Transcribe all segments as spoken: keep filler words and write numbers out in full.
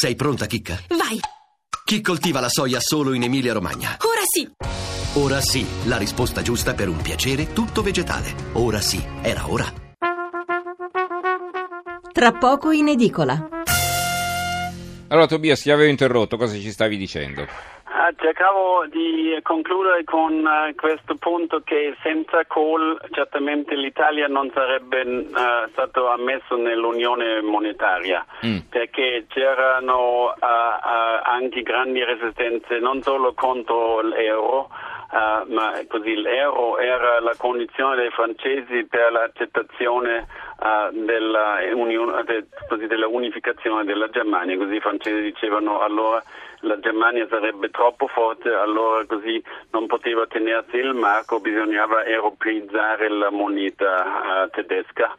Sei pronta, Chicca? Vai! Chi coltiva la soia solo in Emilia-Romagna? Ora sì! Ora sì, la risposta giusta per un piacere tutto vegetale. Ora sì, era ora. Tra poco in edicola. Allora Tobias, ti avevo interrotto, cosa ci stavi dicendo? Ah, cercavo di concludere con uh, questo punto che senza Kohl certamente l'Italia non sarebbe uh, stato ammesso nell'unione monetaria, mm. perché c'erano uh, uh, anche grandi resistenze non solo contro l'euro, uh, ma così l'euro era la condizione dei francesi per l'accettazione uh, della, unione, de, così, della unificazione della Germania, così i francesi dicevano allora la Germania sarebbe troppo forte, allora così non poteva tenersi il marco, bisognava europeizzare la moneta uh, tedesca.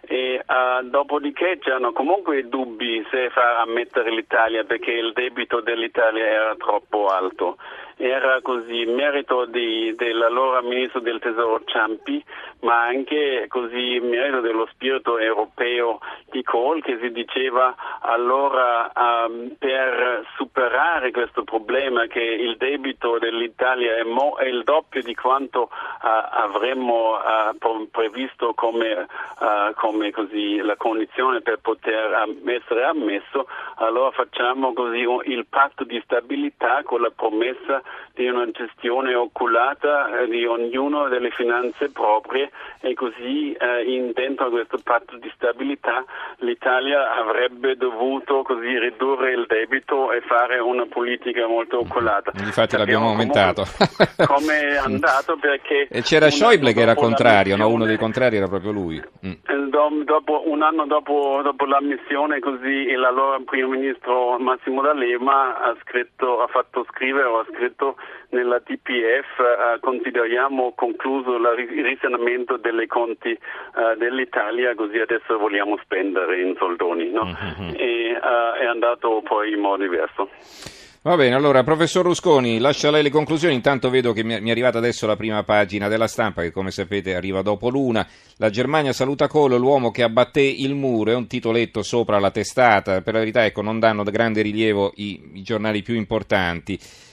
E uh, dopodiché c'erano comunque dubbi se far ammettere l'Italia, perché il debito dell'Italia era troppo alto. Era così merito di, dell'allora ministro del Tesoro Ciampi, ma anche così merito dello spirito europeo di Kohl, che si diceva allora um, per superare questo problema che il debito dell'Italia è, mo, è il doppio di quanto uh, avremmo uh, previsto come, uh, come così la condizione per poter um, essere ammesso, allora facciamo così un, il patto di stabilità con la promessa di una gestione oculata eh, di ognuno delle finanze proprie, e così eh, in dentro a questo patto di stabilità l'Italia avrebbe dovuto così ridurre il debito e fare una politica molto oculata. Infatti l'abbiamo aumentato. Come è andato, perché e c'era Schäuble che era contrario, no? Uno dei contrari era proprio lui. Mm. Dopo, un anno dopo, dopo l'ammissione, così l'allora primo ministro Massimo D'Alema ha scritto, ha fatto scrivere o ha scritto nella D P F uh, consideriamo concluso il risanamento delle conti uh, dell'Italia, così adesso vogliamo spendere in soldoni, no? Mm-hmm. E uh, è andato poi in modo diverso. Va bene, allora professor Rusconi, lascia lei le conclusioni. Intanto vedo che mi è arrivata adesso la prima pagina della Stampa, che come sapete arriva dopo l'una. La Germania saluta Kohl, l'uomo che abbatté il muro, è un titoletto sopra la testata. Per la verità, ecco, non danno grande rilievo i, i giornali più importanti.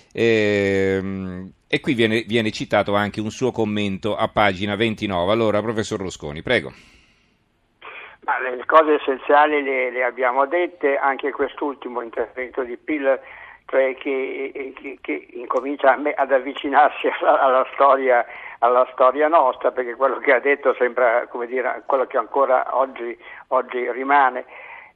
E, e qui viene, viene citato anche un suo commento a pagina ventinove. Allora, professor Rusconi, prego. Ma le cose essenziali le, le abbiamo dette, anche quest'ultimo intervento di Piller, cioè che, che, che incomincia ad avvicinarsi alla, alla storia alla storia nostra, perché quello che ha detto sembra, come dire, quello che ancora oggi, oggi rimane.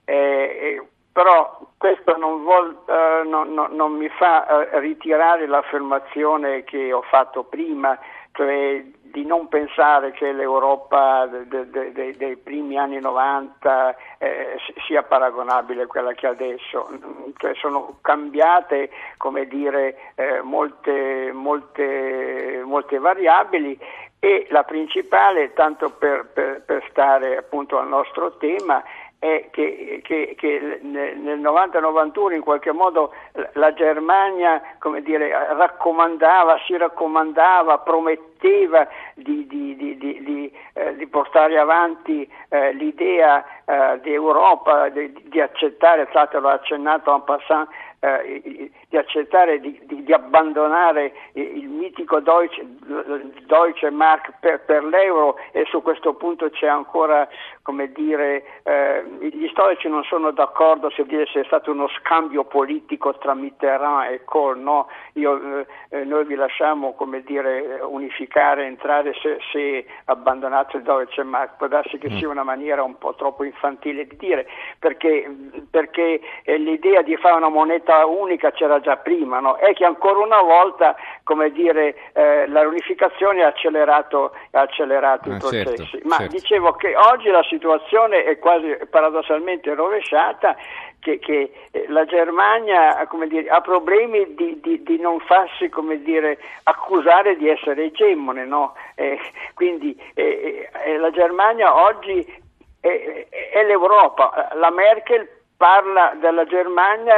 Eh, però questo non, vuol, eh, non, non, non mi fa eh, ritirare l'affermazione che ho fatto prima, cioè di non pensare che l'Europa de, de, de, dei primi anni novanta eh, sia paragonabile a quella che è adesso, cioè sono cambiate, come dire, eh, molte, molte, molte variabili, e la principale, tanto per, per, per stare appunto al nostro tema, è che, che, che nel novanta novantuno in qualche modo la Germania, come dire, raccomandava, si raccomandava, prometteva di, di, di, di, di, eh, di portare avanti eh, l'idea eh, di Europa, di, di accettare, è stato l'ho accennato en passant, eh, di accettare di, di, di abbandonare il mitico Deutsche, Deutsche Mark per, per l'euro, e su questo punto c'è ancora, come dire, eh, gli storici non sono d'accordo se dire se è stato uno scambio politico tra Mitterrand e Kohl, no? Io, eh, noi vi lasciamo, come dire, unificare, entrare se, se abbandonato il Deutsche Mark. Può darsi che sia una maniera un po' troppo infantile di dire, perché, perché eh, l'idea di fare una moneta unica c'era già prima, no? È che ancora una volta, come dire, eh, la unificazione ha accelerato, ha accelerato ah, i processi. Certo, Ma certo. Dicevo che oggi la situazione è quasi paradossalmente rovesciata, che, che la Germania, come dire, ha problemi di, di, di non farsi, come dire, accusare di essere egemone, no? Eh, quindi eh, eh, la Germania oggi è, è l'Europa. La Merkel parla della Germania di,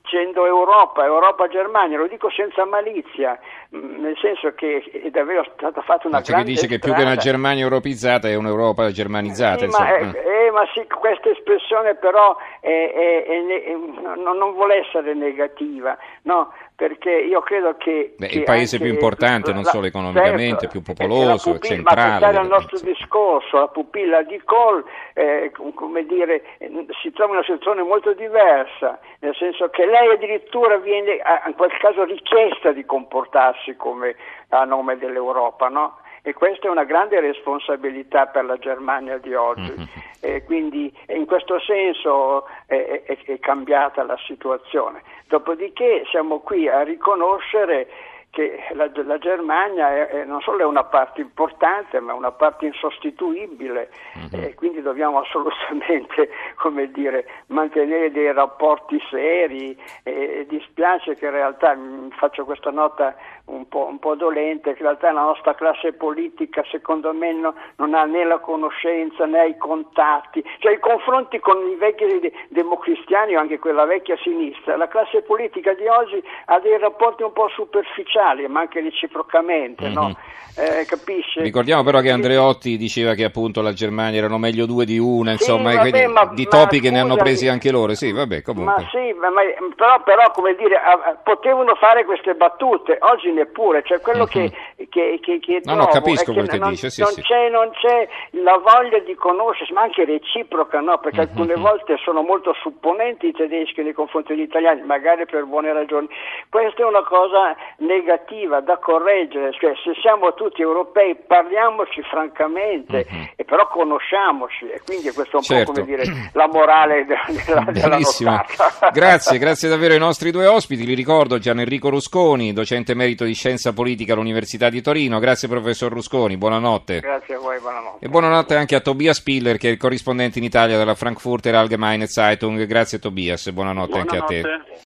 dicendo Europa, Europa-Germania, lo dico senza malizia, nel senso che è davvero stata fatta una c'è grande chi dice che strada. più che una Germania europizzata è un'Europa germanizzata. Sì, ma, insomma. eh, eh, ma sì, questa espressione però è, è, è, è, non, non vuole essere negativa, no? Perché io credo che, Beh, che il paese anche più importante la, non solo economicamente, certo, più popoloso, pupilla, centrale. Ma pensare al nostro sì. discorso, la pupilla di Kohl, eh, come dire, si trova in una situazione molto diversa, nel senso che lei addirittura viene in qualche caso richiesta di comportarsi come a nome dell'Europa, no? E questa è una grande responsabilità per la Germania di oggi. Mm-hmm. E quindi in questo senso è, è, è cambiata la situazione. Dopodiché siamo qui a riconoscere che la, la Germania è, è, non solo è una parte importante, ma è una parte insostituibile, mm-hmm. e quindi dobbiamo assolutamente, come dire, mantenere dei rapporti seri. E dispiace che in realtà, faccio questa nota un po', un po' dolente, che in realtà la nostra classe politica secondo me no, non ha né la conoscenza né i contatti, cioè i confronti con i vecchi de- democristiani o anche quella vecchia sinistra, la classe politica di oggi ha dei rapporti un po' superficiali, ma anche reciprocamente, mm-hmm. no? Eh, capisce? Ricordiamo però che Andreotti diceva che appunto la Germania erano meglio due di una, sì, insomma, vabbè, quindi, ma, di ma, topi che scusami, ne hanno presi anche loro, sì, vabbè, comunque. Ma sì, ma, ma, però, però, come dire, a, potevano fare queste battute, oggi neppure, cioè quello mm-hmm. che, che, che, che no, trovo no, capisco è quel che che non, dice, sì, non, sì. C'è, non c'è la voglia di conoscersi, ma anche reciproca, no? Perché mm-hmm. alcune volte sono molto supponenti i tedeschi nei confronti degli italiani, magari per buone ragioni. Questa è una cosa negativa da correggere, cioè se siamo tutti europei parliamoci francamente, mm-hmm. e però conosciamoci, e quindi questo è un certo. po' come dire la morale della, della, della nottata. Grazie, grazie davvero ai nostri due ospiti, li ricordo Gian Enrico Rusconi, docente emerito di Scienza Politica all'Università di Torino. Grazie professor Rusconi, buonanotte. Grazie a voi, buonanotte. E buonanotte anche a Tobias Piller, che è il corrispondente in Italia della Frankfurter Allgemeine Zeitung. Grazie Tobias, buonanotte, buonanotte. Anche a te.